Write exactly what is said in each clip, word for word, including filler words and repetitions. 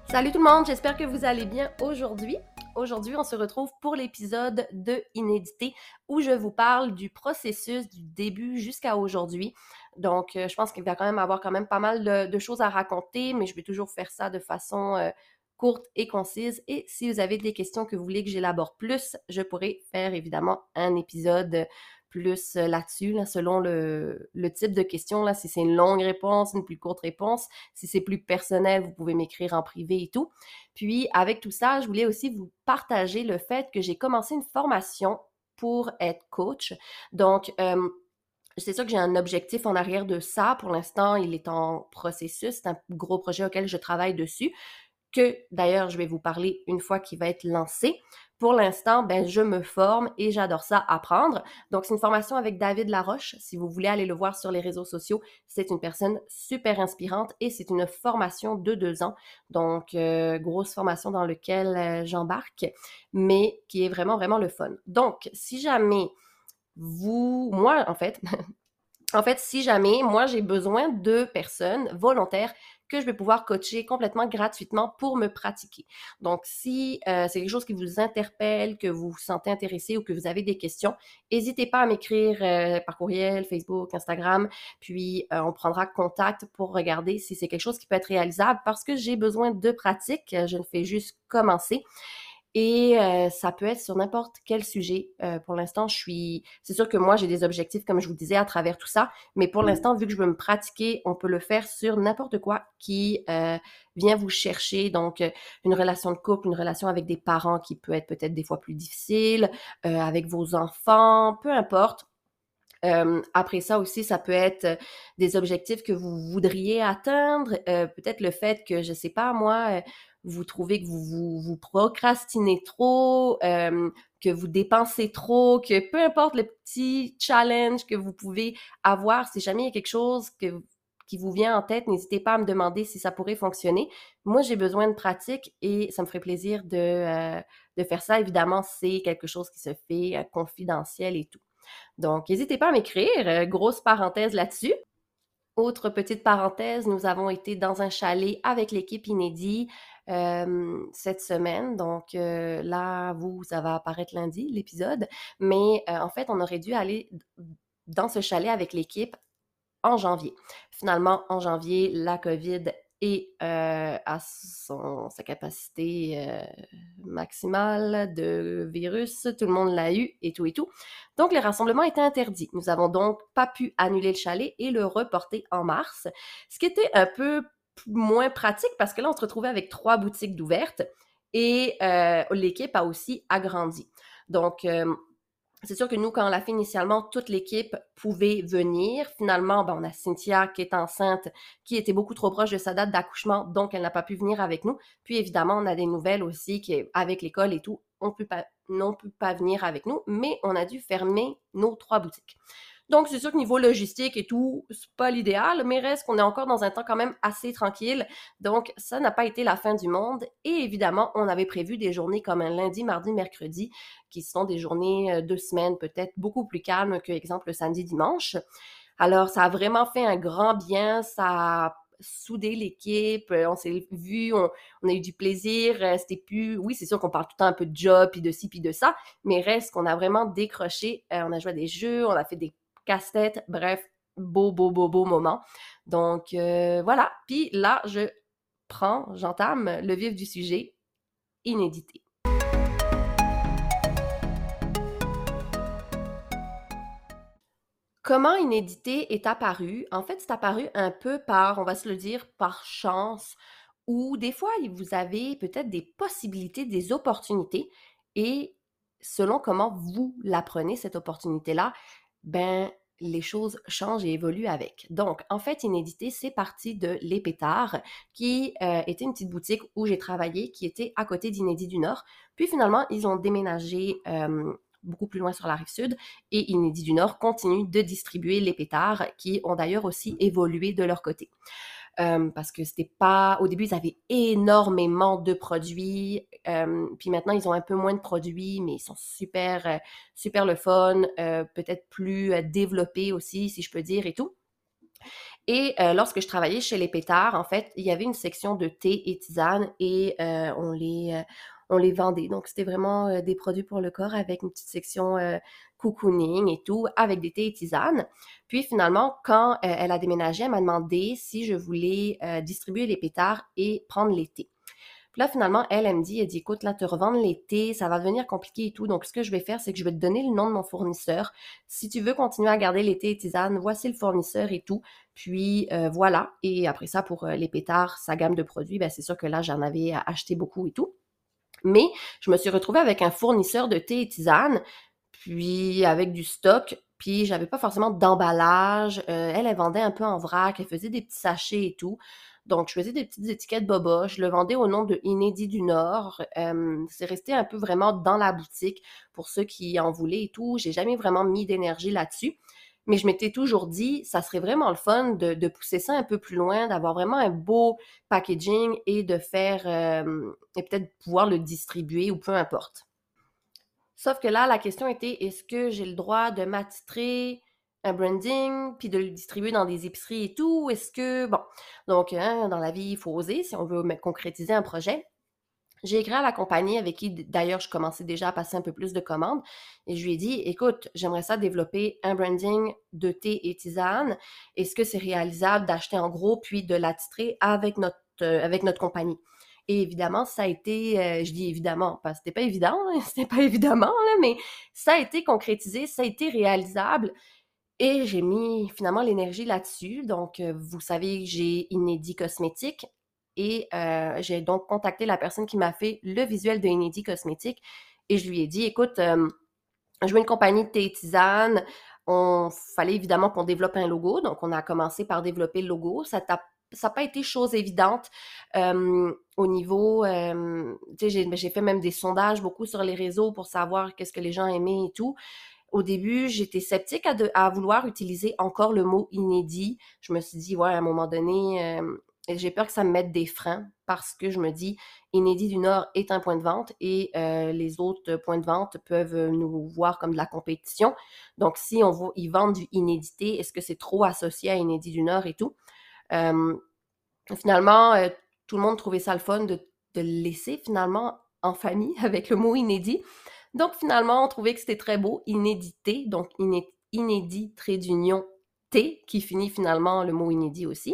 Salut tout le monde, j'espère que vous allez bien aujourd'hui. Aujourd'hui, on se retrouve pour l'épisode de Inédité où je vous parle du processus du début jusqu'à aujourd'hui. Donc, euh, je pense qu'il va quand même avoir quand même pas mal de, de choses à raconter, mais je vais toujours faire ça de façon euh, courte et concise. Et si vous avez des questions que vous voulez que j'élabore plus, je pourrai faire évidemment un épisode plus euh, là-dessus, là, selon le, le type de question, là, si c'est une longue réponse, une plus courte réponse. Si c'est plus personnel, vous pouvez m'écrire en privé et tout. Puis, avec tout ça, je voulais aussi vous partager le fait que j'ai commencé une formation pour être coach. Donc, euh, c'est sûr que j'ai un objectif en arrière de ça. Pour l'instant, il est en processus. C'est un gros projet auquel je travaille dessus, que d'ailleurs, je vais vous parler une fois qu'il va être lancé. Pour l'instant, ben, je me forme et j'adore ça apprendre. Donc, c'est une formation avec David Laroche. Si vous voulez aller le voir sur les réseaux sociaux, c'est une personne super inspirante et c'est une formation de deux ans. Donc, euh, grosse formation dans laquelle euh, j'embarque, mais qui est vraiment, vraiment le fun. Donc, si jamais vous, moi, en fait, en fait, si jamais moi j'ai besoin de personnes volontaires que je vais pouvoir coacher complètement gratuitement pour me pratiquer. Donc, si euh, c'est quelque chose qui vous interpelle, que vous vous sentez intéressé ou que vous avez des questions, n'hésitez pas à m'écrire euh, par courriel, Facebook, Instagram, puis euh, on prendra contact pour regarder si c'est quelque chose qui peut être réalisable parce que j'ai besoin de pratique. Je ne fais juste commencer. Et euh, ça peut être sur n'importe quel sujet. Euh, pour l'instant, je suis... C'est sûr que moi, j'ai des objectifs, comme je vous disais, à travers tout ça. Mais pour l'instant, vu que je veux me pratiquer, on peut le faire sur n'importe quoi qui euh, vient vous chercher. Donc, euh, une relation de couple, une relation avec des parents qui peut être peut-être des fois plus difficile, euh, avec vos enfants, peu importe. Euh, après ça aussi, ça peut être euh, des objectifs que vous voudriez atteindre. Euh, peut-être le fait que, je sais pas moi, euh, vous trouvez que vous vous, vous procrastinez trop, euh, que vous dépensez trop, que peu importe le petit challenge que vous pouvez avoir, si jamais il y a quelque chose que, qui vous vient en tête, n'hésitez pas à me demander si ça pourrait fonctionner. Moi, j'ai besoin de pratique et ça me ferait plaisir de, euh, de faire ça. Évidemment, c'est quelque chose qui se fait euh, confidentiel et tout. Donc, n'hésitez pas à m'écrire. Euh, grosse parenthèse là-dessus. Autre petite parenthèse, nous avons été dans un chalet avec l'équipe Inédit euh, cette semaine. Donc euh, là, vous, ça va apparaître lundi, l'épisode. Mais euh, en fait, on aurait dû aller dans ce chalet avec l'équipe en janvier. Finalement, en janvier, la COVID est euh, à son, sa capacité euh, maximale de virus. Tout le monde l'a eu et tout et tout. Donc, le rassemblement était interdit. Nous avons donc pas pu annuler le chalet et le reporter en mars, ce qui était un peu moins pratique parce que là, on se retrouvait avec trois boutiques d'ouvertes et euh, l'équipe a aussi agrandi. Donc, euh, c'est sûr que nous, quand on l'a fait initialement, toute l'équipe pouvait venir. Finalement, ben, on a Cynthia qui est enceinte, qui était beaucoup trop proche de sa date d'accouchement, donc elle n'a pas pu venir avec nous. Puis évidemment, on a des nouvelles aussi qui, avec l'école et tout, on peut pas, non peut pas venir avec nous, mais on a dû fermer nos trois boutiques. Donc, c'est sûr que niveau logistique et tout, c'est pas l'idéal, mais reste qu'on est encore dans un temps quand même assez tranquille. Donc, ça n'a pas été la fin du monde. Et évidemment, on avait prévu des journées comme un lundi, mardi, mercredi, qui sont des journées de semaine peut-être beaucoup plus calmes que, exemple, le samedi, dimanche. Alors, ça a vraiment fait un grand bien. Ça a soudé l'équipe, on s'est vu, on, on a eu du plaisir, c'était plus, oui, c'est sûr qu'on parle tout le temps un peu de job, puis de ci, puis de ça, mais reste qu'on a vraiment décroché, euh, on a joué à des jeux, on a fait des casse-tête, bref, beau, beau, beau, beau moment. Donc, euh, voilà. Puis là, je prends, j'entame le vif du sujet, inédité. Comment inédité est apparu? En fait, c'est apparu un peu par, on va se le dire, par chance, ou des fois, vous avez peut-être des possibilités, des opportunités, et selon comment vous la prenez, cette opportunité-là, ben, les choses changent et évoluent avec. Donc, en fait, Inédité, c'est parti de Les Pétards, qui euh, était une petite boutique où j'ai travaillé, qui était à côté d'Inédit du Nord. Puis finalement, ils ont déménagé euh, beaucoup plus loin sur la rive sud, et Inédit du Nord continue de distribuer les pétards, qui ont d'ailleurs aussi évolué de leur côté. Euh, parce que c'était pas... Au début, ils avaient énormément de produits, euh, puis maintenant, ils ont un peu moins de produits, mais ils sont super, euh, super le fun, euh, peut-être plus euh, développés aussi, si je peux dire, et tout. Et euh, lorsque je travaillais chez les Pétards, en fait, il y avait une section de thé et tisane et euh, on les euh, on les vendait. Donc, c'était vraiment euh, des produits pour le corps avec une petite section euh, cocooning et tout, avec des thés et tisanes. Puis finalement, quand euh, elle a déménagé, elle m'a demandé si je voulais euh, distribuer les pétards et prendre les thés. Puis là, finalement, elle, elle me dit, elle dit, écoute, là, te revendre les thés, ça va devenir compliqué et tout. Donc, ce que je vais faire, c'est que je vais te donner le nom de mon fournisseur. Si tu veux continuer à garder les thés et tisanes, voici le fournisseur et tout. Puis, euh, voilà. Et après ça, pour euh, les pétards, sa gamme de produits, ben, c'est sûr que là, j'en avais acheté beaucoup et tout. Mais je me suis retrouvée avec un fournisseur de thé et tisanes, puis avec du stock, puis j'avais pas forcément d'emballage. Euh, elle, elle vendait un peu en vrac, elle faisait des petits sachets et tout. Donc, je faisais des petites étiquettes boba. Je le vendais au nom de Inédit du Nord. Euh, c'est resté un peu vraiment dans la boutique pour ceux qui en voulaient et tout. J'ai jamais vraiment mis d'énergie là-dessus. Mais je m'étais toujours dit, ça serait vraiment le fun de, de pousser ça un peu plus loin, d'avoir vraiment un beau packaging et de faire, euh, et peut-être pouvoir le distribuer ou peu importe. Sauf que là, la question était, est-ce que j'ai le droit de m'attitrer un branding, puis de le distribuer dans des épiceries et tout? Est-ce que, bon, donc, hein, dans la vie, il faut oser si on veut concrétiser un projet. J'ai écrit à la compagnie avec qui, d'ailleurs, je commençais déjà à passer un peu plus de commandes et je lui ai dit, écoute, j'aimerais ça développer un branding de thé et tisane. Est-ce que c'est réalisable d'acheter en gros puis de l'attitrer avec notre, euh, avec notre compagnie? Et évidemment, ça a été, euh, je dis évidemment, parce que c'était pas évident, hein, c'était pas évidemment, là, mais ça a été concrétisé, ça a été réalisable. Et j'ai mis finalement l'énergie là-dessus. Donc, euh, vous savez, j'ai Inédit Cosmétique et euh, j'ai donc contacté la personne qui m'a fait le visuel de Inédit Cosmétique et je lui ai dit, écoute, euh, je veux une compagnie de thé et tisane. On fallait évidemment qu'on développe un logo, donc on a commencé par développer le logo. Ça n'a ça pas été chose évidente euh, au niveau, euh, tu sais, j'ai, j'ai fait même des sondages beaucoup sur les réseaux pour savoir qu'est-ce que les gens aimaient et tout. Au début, j'étais sceptique à, de, à vouloir utiliser encore le mot inédit. Je me suis dit, ouais, à un moment donné, euh, j'ai peur que ça me mette des freins parce que je me dis, Inédit du Nord est un point de vente et euh, les autres points de vente peuvent nous voir comme de la compétition. Donc, si on va y vendre du inédité, est-ce que c'est trop associé à Inédit du Nord et tout? Euh, Finalement, euh, tout le monde trouvait ça le fun de, de le laisser finalement en famille avec le mot inédit. Donc finalement, on trouvait que c'était très beau, inédité, donc iné- inédit, trait d'union, T, qui finit finalement le mot inédit aussi.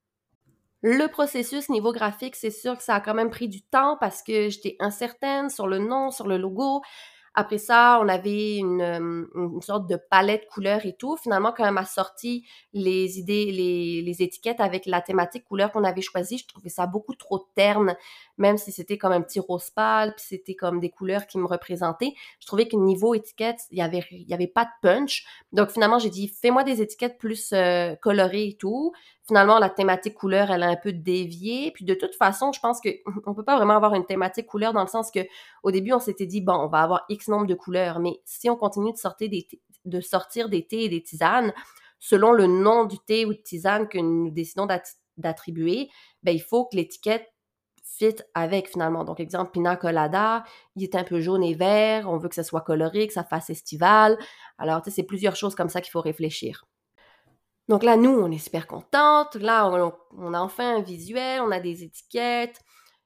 Le processus niveau graphique, c'est sûr que ça a quand même pris du temps parce que j'étais incertaine sur le nom, sur le logo. Après ça, on avait une, euh, une sorte de palette couleur et tout. Finalement, quand elle m'a sorti les idées, les, les étiquettes avec la thématique couleur qu'on avait choisie, je trouvais ça beaucoup trop terne, même si c'était comme un petit rose pâle, puis c'était comme des couleurs qui me représentaient. Je trouvais que niveau étiquette, il y avait, il y avait pas de punch. Donc finalement, j'ai dit, fais-moi des étiquettes plus euh, colorées et tout. Finalement, la thématique couleur, elle a un peu dévié. Puis de toute façon, je pense que on peut pas vraiment avoir une thématique couleur dans le sens que au début, on s'était dit bon, on va avoir X nombre de couleurs, mais si on continue de sortir des t- de sortir des thés et des tisanes selon le nom du thé ou de tisane que nous décidons d'at- d'attribuer, ben il faut que l'étiquette fit avec finalement. Donc exemple Pina Colada, il est un peu jaune et vert, on veut que ça soit coloré, que ça fasse estival. Alors tu sais, c'est plusieurs choses comme ça qu'il faut réfléchir. Donc là, nous, on est super contentes. Là, on, on a enfin un visuel, on a des étiquettes.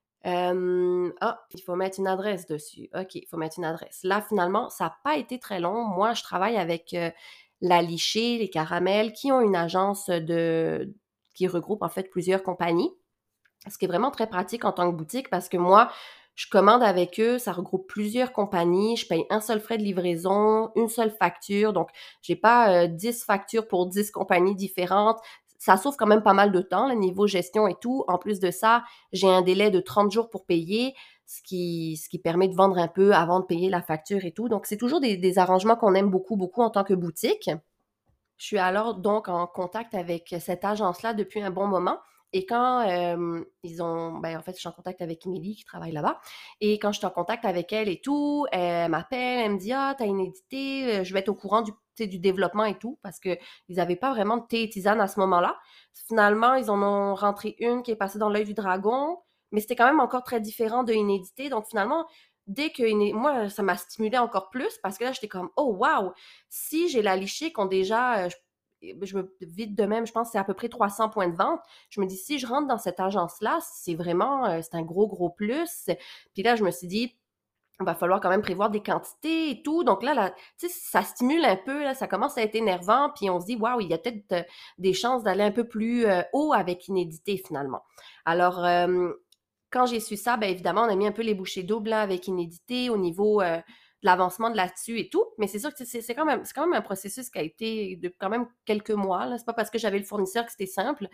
Euh, ah, il faut mettre une adresse dessus. OK, il faut mettre une adresse. Là, finalement, ça n'a pas été très long. Moi, je travaille avec euh, la Lichée, les Caramels, qui ont une agence de qui regroupe en fait plusieurs compagnies. Ce qui est vraiment très pratique en tant que boutique parce que moi, je commande avec eux, ça regroupe plusieurs compagnies, je paye un seul frais de livraison, une seule facture, donc j'ai pas euh, dix factures pour dix compagnies différentes. Ça sauve quand même pas mal de temps, le niveau gestion et tout. En plus de ça, j'ai un délai de trente jours pour payer, ce qui, ce qui permet de vendre un peu avant de payer la facture et tout. Donc, c'est toujours des, des arrangements qu'on aime beaucoup, beaucoup en tant que boutique. Je suis alors donc en contact avec cette agence-là depuis un bon moment. Et quand euh, ils ont, ben en fait, je suis en contact avec Émilie qui travaille là-bas. Et quand je suis en contact avec elle et tout, elle m'appelle, elle me dit ah t'as une édité, euh, je vais être au courant du, tu sais, du développement et tout parce que ils avaient pas vraiment de thé et tisane à ce moment-là. Finalement, ils en ont rentré une qui est passée dans l'œil du dragon, mais c'était quand même encore très différent de inédité. Donc finalement, dès que Iné- moi ça m'a stimulé encore plus parce que là j'étais comme oh wow si j'ai la lichée qu'on déjà euh, je me vite de même, je pense que c'est à peu près trois cents points de vente. Je me dis, si je rentre dans cette agence-là, c'est vraiment, euh, c'est un gros, gros plus. Puis là, je me suis dit, il va falloir quand même prévoir des quantités et tout. Donc là, là tu sais, ça stimule un peu, là, ça commence à être énervant, puis on se dit, waouh, il y a peut-être euh, des chances d'aller un peu plus euh, haut avec Inédité, finalement. Alors, euh, quand j'ai su ça, bien évidemment, on a mis un peu les bouchées doubles là, avec Inédité au niveau euh, de l'avancement de là-dessus et tout. Mais c'est sûr que c'est, c'est, quand même, c'est quand même un processus qui a été de quand même quelques mois. Là. C'est pas parce que j'avais le fournisseur que c'était simple.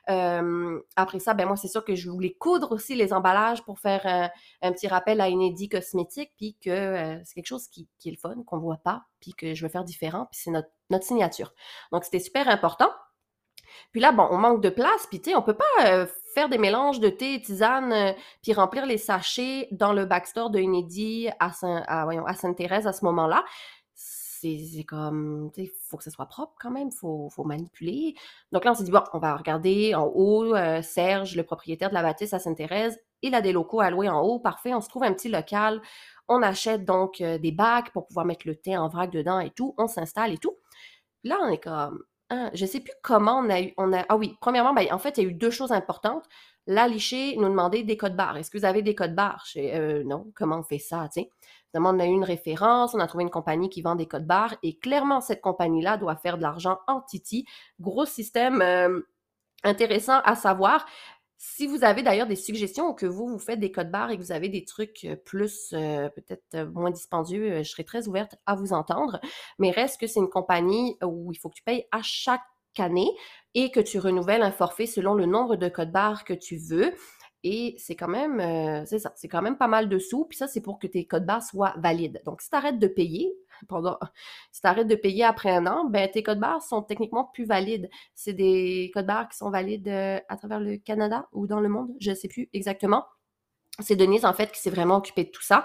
Euh, après ça, ben moi, c'est sûr que je voulais coudre aussi les emballages pour faire un, un petit rappel à Inédit Cosmétique, puis que euh, c'est quelque chose qui, qui est le fun, qu'on voit pas, puis que je veux faire différent, puis c'est notre, notre signature. Donc, c'était super important. Puis là, bon, on manque de place, puis tu sais, on peut pas euh, faire des mélanges de thé et tisane, euh, puis remplir les sachets dans le backstore de Inédit à, Saint, à, voyons, à Sainte-Thérèse à ce moment-là. C'est, c'est comme, tu sais, faut que ce soit propre quand même, faut, faut manipuler. Donc là, on s'est dit, bon, on va regarder en haut, euh, Serge, le propriétaire de la bâtisse à Sainte-Thérèse, il a des locaux à louer en haut, parfait, on se trouve un petit local, on achète donc euh, des bacs pour pouvoir mettre le thé en vrac dedans et tout, on s'installe et tout. Là, on est comme, hein, je sais plus comment on a eu, on a, ah oui, premièrement, ben, en fait, il y a eu deux choses importantes. La Liché nous demandait des codes barres. Est-ce que vous avez des codes barres? Je fais, euh, non, comment on fait ça, tu sais? Évidemment, on a eu une référence, on a trouvé une compagnie qui vend des codes barres et clairement, cette compagnie-là doit faire de l'argent en Titi. Gros système euh, intéressant à savoir. Si vous avez d'ailleurs des suggestions ou que vous, vous faites des codes barres et que vous avez des trucs euh, plus, euh, peut-être euh, moins dispendieux, euh, je serais très ouverte à vous entendre. Mais reste que c'est une compagnie où il faut que tu payes à chaque année et que tu renouvelles un forfait selon le nombre de codes barres que tu veux. Et c'est quand même, euh, c'est ça, c'est quand même pas mal de sous. Puis ça, c'est pour que tes codes barres soient valides. Donc, si tu arrêtes de payer pendant, si tu arrêtes de payer après un an, ben tes codes barres sont techniquement plus valides. C'est des codes barres qui sont valides euh, à travers le Canada ou dans le monde, je ne sais plus exactement. C'est Denise, en fait, qui s'est vraiment occupée de tout ça.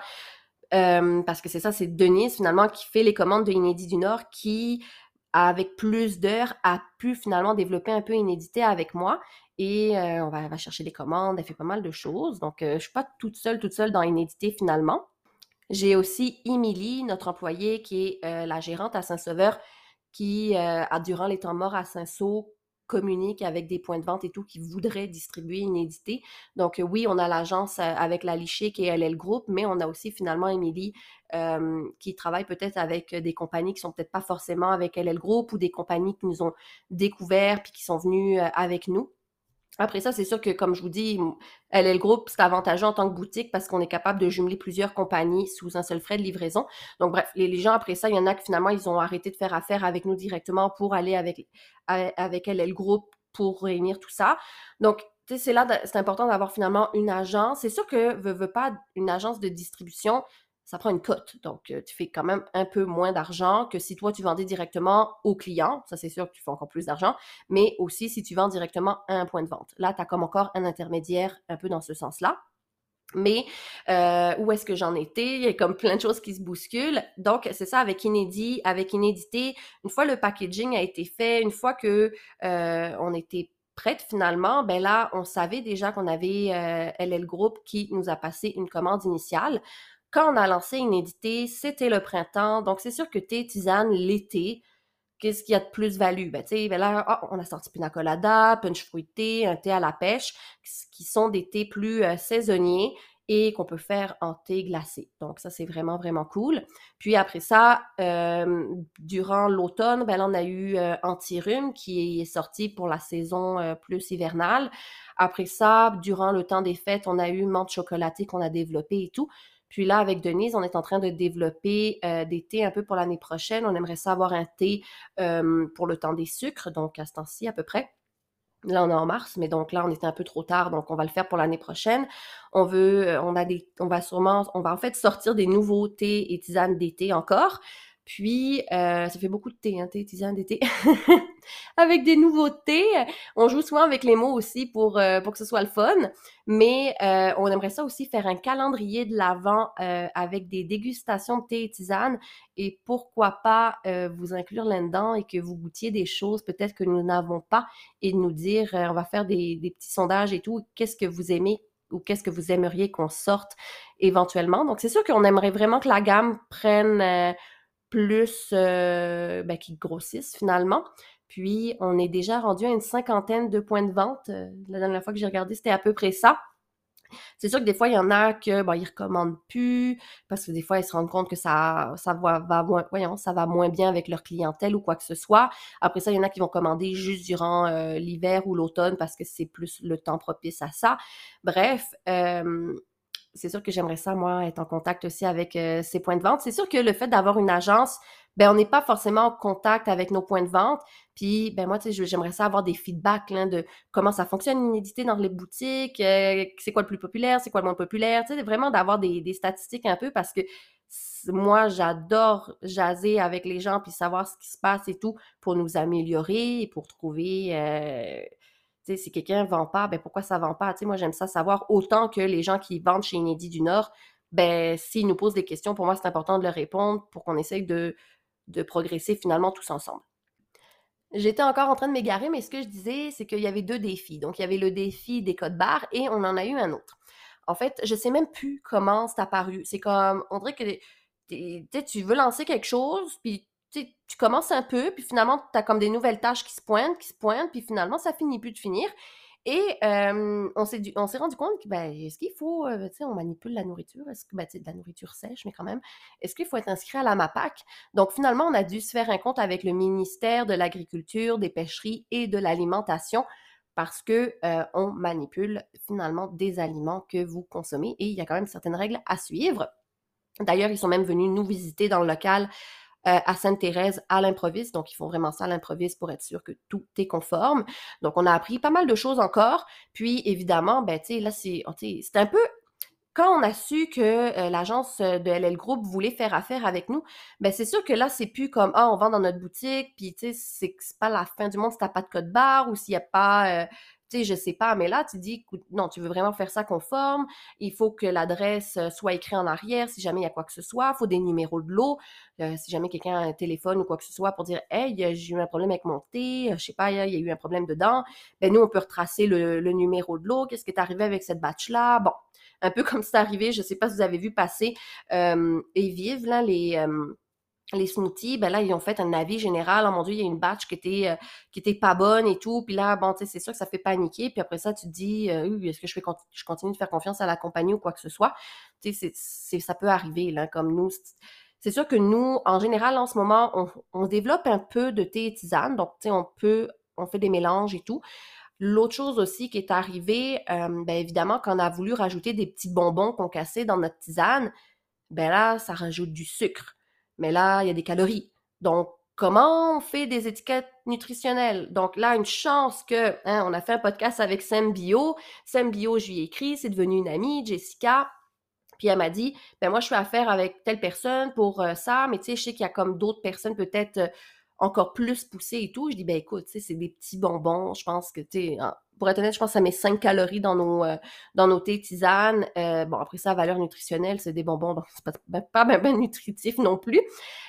Euh, parce que c'est ça, c'est Denise, finalement, qui fait les commandes de Inédit du Nord, qui, avec plus d'heures, a pu finalement développer un peu Inédité avec moi. Et euh, on va, va chercher les commandes, elle fait pas mal de choses. Donc, euh, je suis pas toute seule, toute seule dans Inédité, finalement. J'ai aussi Émilie, notre employée, qui est euh, la gérante à Saint-Sauveur, qui, euh, a, durant les temps morts à Saint-Saul, communique avec des points de vente et tout qui voudraient distribuer Inédité. Donc, euh, oui, on a l'agence euh, avec la Liché qui est L L Group, mais on a aussi finalement Émilie euh, qui travaille peut-être avec des compagnies qui sont peut-être pas forcément avec L L Group ou des compagnies qui nous ont découvert puis qui sont venues euh, avec nous. Après ça, c'est sûr que, comme je vous dis, L L Group, c'est avantageux en tant que boutique parce qu'on est capable de jumeler plusieurs compagnies sous un seul frais de livraison. Donc, bref, les, les gens, après ça, il y en a qui, finalement, ils ont arrêté de faire affaire avec nous directement pour aller avec, avec L L Group pour réunir tout ça. Donc, tu sais, c'est là, c'est important d'avoir finalement une agence. C'est sûr que, veux, veux pas, une agence de distribution, ça prend une cote. Donc, euh, tu fais quand même un peu moins d'argent que si toi, tu vendais directement aux clients. Ça, c'est sûr que tu fais encore plus d'argent. Mais aussi, si tu vends directement à un point de vente. Là, tu as comme encore un intermédiaire un peu dans ce sens-là. Mais euh, où est-ce que j'en étais? Il y a comme plein de choses qui se bousculent. Donc, c'est ça avec Inédit, avec Inédité. Une fois le packaging a été fait, une fois que euh, on était prête finalement, ben là, on savait déjà qu'on avait euh, L L Group qui nous a passé une commande initiale. Quand on a lancé Inédité, c'était le printemps. Donc, c'est sûr que thé, tisane, l'été, qu'est-ce qu'il y a de plus-value? Ben, tu sais, ben là, ah, on a sorti pina colada, punch fruité, un thé à la pêche, qui sont des thés plus euh, saisonniers et qu'on peut faire en thé glacé. Donc, ça, c'est vraiment, vraiment cool. Puis après ça, euh, durant l'automne, ben là, on a eu euh, Anti-Rhume qui est sorti pour la saison euh, plus hivernale. Après ça, durant le temps des fêtes, on a eu menthe chocolatée qu'on a développé et tout. Puis là, avec Denise, on est en train de développer euh, des thés un peu pour l'année prochaine. On aimerait ça avoir un thé euh, pour le temps des sucres, donc à ce temps-ci à peu près. Là, on est en mars, mais donc là, on était un peu trop tard, donc on va le faire pour l'année prochaine. On veut, euh, on a des, on va sûrement, on va en fait sortir des nouveaux thés et tisanes d'été encore. Puis, euh, ça fait beaucoup de thé, hein, thé, tisane d'été. Avec des nouveautés. On joue souvent avec les mots aussi pour, euh, pour que ce soit le fun. Mais euh, on aimerait ça aussi faire un calendrier de l'Avent euh, avec des dégustations de thé et tisane. Et pourquoi pas euh, vous inclure là-dedans et que vous goûtiez des choses peut-être que nous n'avons pas et de nous dire, euh, on va faire des, des petits sondages et tout, qu'est-ce que vous aimez ou qu'est-ce que vous aimeriez qu'on sorte éventuellement. Donc, c'est sûr qu'on aimerait vraiment que la gamme prenne euh, plus, euh, ben, qu'ils grossissent finalement. Puis, on est déjà rendu à une cinquantaine de points de vente. Euh, la dernière fois que j'ai regardé, c'était à peu près ça. C'est sûr que des fois, il y en a que, bon, ils recommandent plus parce que des fois, ils se rendent compte que ça, ça va, va moins, voyons, ça va moins bien avec leur clientèle ou quoi que ce soit. Après ça, il y en a qui vont commander juste durant euh, l'hiver ou l'automne parce que c'est plus le temps propice à ça. Bref, euh, c'est sûr que j'aimerais ça, moi, être en contact aussi avec euh, ces points de vente. C'est sûr que le fait d'avoir une agence, ben, on n'est pas forcément en contact avec nos points de vente. Puis, ben, moi, tu sais, j'aimerais ça avoir des feedbacks, là, de comment ça fonctionne l'inédité dans les boutiques, euh, c'est quoi le plus populaire, c'est quoi le moins populaire, tu sais, vraiment d'avoir des, des statistiques un peu parce que moi, j'adore jaser avec les gens puis savoir ce qui se passe et tout pour nous améliorer et pour trouver... Euh, tu sais, si quelqu'un vend pas, ben pourquoi ça vend pas? Tu sais, moi, j'aime ça savoir autant que les gens qui vendent chez Inédit du Nord, ben s'ils nous posent des questions, pour moi, c'est important de leur répondre pour qu'on essaye de, de progresser finalement tous ensemble. J'étais encore en train de m'égarer, mais ce que je disais, c'est qu'il y avait deux défis. Donc, il y avait le défi des codes barres et on en a eu un autre. En fait, je sais même plus comment c'est apparu. C'est comme, on dirait que t'es- t'sais, tu veux lancer quelque chose, puis t'sais, tu commences un peu, puis finalement, tu as comme des nouvelles tâches qui se pointent, qui se pointent, puis finalement, ça finit plus de finir. Et euh, on s'est du- on s'est rendu compte que, ben, est-ce qu'il faut, euh, tu sais, on manipule la nourriture, est-ce que, ben, tu sais, de la nourriture sèche, mais quand même, est-ce qu'il faut être inscrit à la MAPAC? Donc, finalement, on a dû se faire un compte avec le ministère de l'Agriculture, des Pêcheries et de l'Alimentation parce que euh, on manipule finalement des aliments que vous consommez et il y a quand même certaines règles à suivre. D'ailleurs, ils sont même venus nous visiter dans le local euh, à Sainte-Thérèse à l'improviste. Donc, ils font vraiment ça à l'improviste pour être sûr que tout est conforme. Donc, on a appris pas mal de choses encore. Puis, évidemment, ben, tu sais, là, c'est, oh, tu sais, c'est un peu quand on a su que euh, l'agence de L L Group voulait faire affaire avec nous, ben c'est sûr que là, c'est plus comme ah, on vend dans notre boutique, puis tu sais, c'est c'est pas la fin du monde si t'as pas de code barre ou s'il y a pas, euh, tu sais, je sais pas, mais là, tu dis, écoute, non, tu veux vraiment faire ça conforme, il faut que l'adresse euh, soit écrite en arrière si jamais il y a quoi que ce soit, il faut des numéros de l'eau, euh, si jamais quelqu'un a un téléphone ou quoi que ce soit pour dire, hey, euh, j'ai eu un problème avec mon thé, euh, je sais pas, il y, a il y a eu un problème dedans, ben nous, on peut retracer le, le numéro de l'eau, qu'est-ce qui est arrivé avec cette batch-là, bon un peu comme c'est arrivé, je sais pas si vous avez vu passer euh, et vive là les euh, les smoothies, ben là ils ont fait un avis général, oh mon dieu, il y a une batch qui était euh, qui était pas bonne et tout, puis là bon tu sais c'est sûr que ça fait paniquer, puis après ça tu te dis euh, oui, est-ce que je fais je continue de faire confiance à la compagnie ou quoi que ce soit, tu sais c'est, c'est ça peut arriver là comme nous c'est, c'est sûr que nous en général en ce moment on, on développe un peu de thé et tisane, donc tu sais on peut on fait des mélanges et tout. L'autre chose aussi qui est arrivée, euh, ben évidemment, quand on a voulu rajouter des petits bonbons concassés dans notre tisane, ben là, ça rajoute du sucre. Mais là, il y a des calories. Donc, comment on fait des étiquettes nutritionnelles? Donc là, une chance que, hein, on a fait un podcast avec Sam Bio. Sam Bio, je lui ai écrit, c'est devenu une amie, Jessica. Puis elle m'a dit, ben moi, je fais affaire avec telle personne pour euh, ça, mais tu sais, je sais qu'il y a comme d'autres personnes peut-être euh, encore plus poussées et tout. Je dis, ben écoute, tu sais, c'est des petits bonbons. Je pense que, tu sais, hein, pour être honnête, je pense que ça met cinq calories dans nos, euh, dans nos thés tisanes. Euh, bon, après ça, valeur nutritionnelle, c'est des bonbons, donc c'est pas, ben, pas ben, ben nutritif non plus.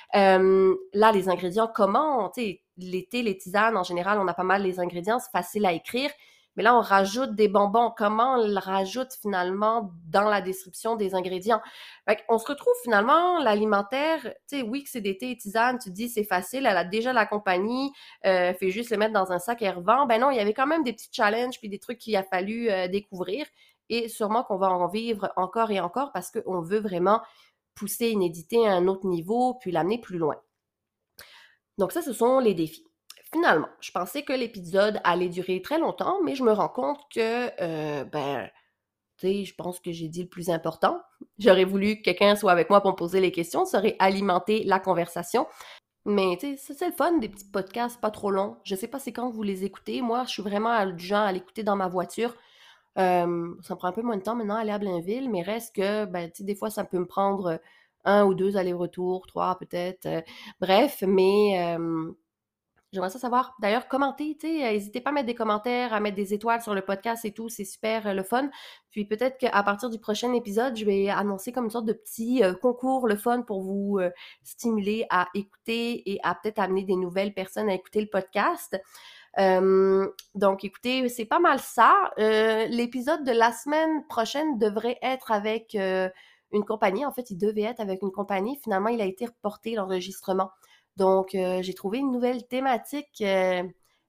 Euh, là, les ingrédients, comment, tu sais, les thés, les tisanes, en général, on a pas mal les ingrédients, c'est facile à écrire. Mais là, on rajoute des bonbons. Comment on le rajoute finalement dans la description des ingrédients? Fait on se retrouve finalement, l'alimentaire, tu sais, oui que c'est des thés et tisanes, tu te dis c'est facile, elle a déjà la compagnie, euh, fait juste le mettre dans un sac et revend. Ben non, il y avait quand même des petits challenges puis des trucs qu'il a fallu euh, découvrir. Et sûrement qu'on va en vivre encore et encore parce qu'on veut vraiment pousser Inédité à un autre niveau puis l'amener plus loin. Donc ça, ce sont les défis. Finalement, je pensais que l'épisode allait durer très longtemps, mais je me rends compte que, euh, ben, tu sais, je pense que j'ai dit le plus important. J'aurais voulu que quelqu'un soit avec moi pour me poser les questions, ça aurait alimenté la conversation. Mais tu sais, c'est le fun, des petits podcasts pas trop longs. Je sais pas c'est quand vous les écoutez. Moi, je suis vraiment du genre à l'écouter dans ma voiture. Euh, ça me prend un peu moins de temps maintenant à aller à Blainville, mais reste que, ben, tu sais, des fois, ça peut me prendre un ou deux allers-retours, trois peut-être. Euh, bref, mais euh, j'aimerais ça savoir. D'ailleurs, commentez, tu sais, euh, n'hésitez pas à mettre des commentaires, à mettre des étoiles sur le podcast et tout, c'est super euh, le fun. Puis peut-être qu'à partir du prochain épisode, je vais annoncer comme une sorte de petit euh, concours le fun pour vous euh, stimuler à écouter et à peut-être amener des nouvelles personnes à écouter le podcast. Euh, donc, écoutez, c'est pas mal ça. Euh, l'épisode de la semaine prochaine devrait être avec euh, une compagnie. En fait, il devait être avec une compagnie. Finalement, il a été reporté, l'enregistrement. Donc, euh, j'ai trouvé une nouvelle thématique. Euh,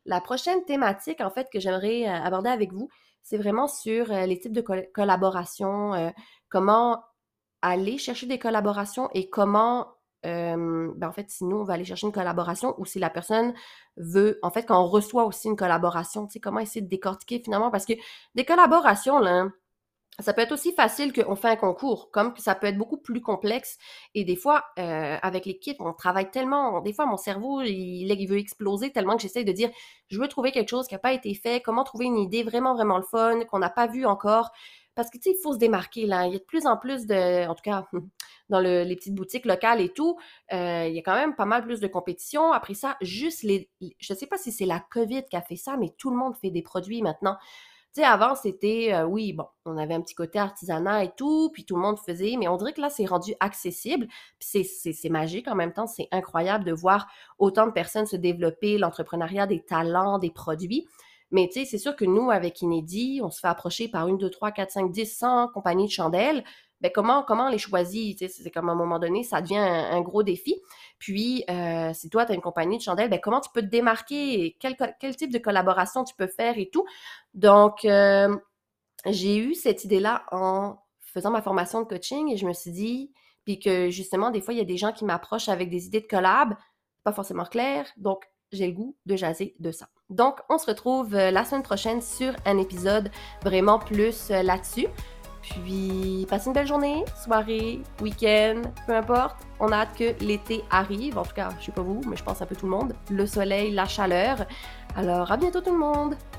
La prochaine thématique, en fait, que j'aimerais euh, aborder avec vous, c'est vraiment sur euh, les types de col- collaborations, euh, comment aller chercher des collaborations et comment, euh, ben en fait, si nous, on va aller chercher une collaboration ou si la personne veut, en fait, quand on reçoit aussi une collaboration, tu sais, comment essayer de décortiquer finalement, parce que des collaborations, là, ça peut être aussi facile qu'on fait un concours, comme que ça peut être beaucoup plus complexe. Et des fois, euh, avec l'équipe, on travaille tellement, des fois, mon cerveau, il, il veut exploser tellement que j'essaie de dire, je veux trouver quelque chose qui n'a pas été fait, comment trouver une idée vraiment, vraiment le fun, qu'on n'a pas vu encore. Parce que, tu sais, il faut se démarquer, là. Il y a de plus en plus de, en tout cas, dans le- les petites boutiques locales et tout, euh, il y a quand même pas mal plus de compétition. Après ça, juste les, je sais pas si c'est la COVID qui a fait ça, mais tout le monde fait des produits maintenant. Tu sais, avant, c'était, euh, oui, bon, on avait un petit côté artisanat et tout, puis tout le monde faisait, mais on dirait que là, c'est rendu accessible, puis c'est, c'est, c'est magique en même temps, c'est incroyable de voir autant de personnes se développer, l'entrepreneuriat, des talents, des produits. Mais tu sais, c'est sûr que nous, avec Inédit, on se fait approcher par une, deux, trois, quatre, cinq, dix, cent compagnies de chandelles. Ben comment, comment on les choisit? Tu sais, c'est comme à un moment donné, ça devient un, un gros défi. Puis, euh, si toi, tu as une compagnie de chandelles, ben comment tu peux te démarquer? Quel, quel type de collaboration tu peux faire et tout? Donc, euh, j'ai eu cette idée-là en faisant ma formation de coaching et je me suis dit, puis que justement, des fois, il y a des gens qui m'approchent avec des idées de collab, pas forcément claires, donc j'ai le goût de jaser de ça. Donc, on se retrouve euh, la semaine prochaine sur un épisode vraiment plus euh, là-dessus. Puis, passez une belle journée, soirée, week-end, peu importe. On a hâte que l'été arrive. En tout cas, je sais pas vous, mais je pense un peu tout le monde. Le soleil, la chaleur. Alors, à bientôt tout le monde!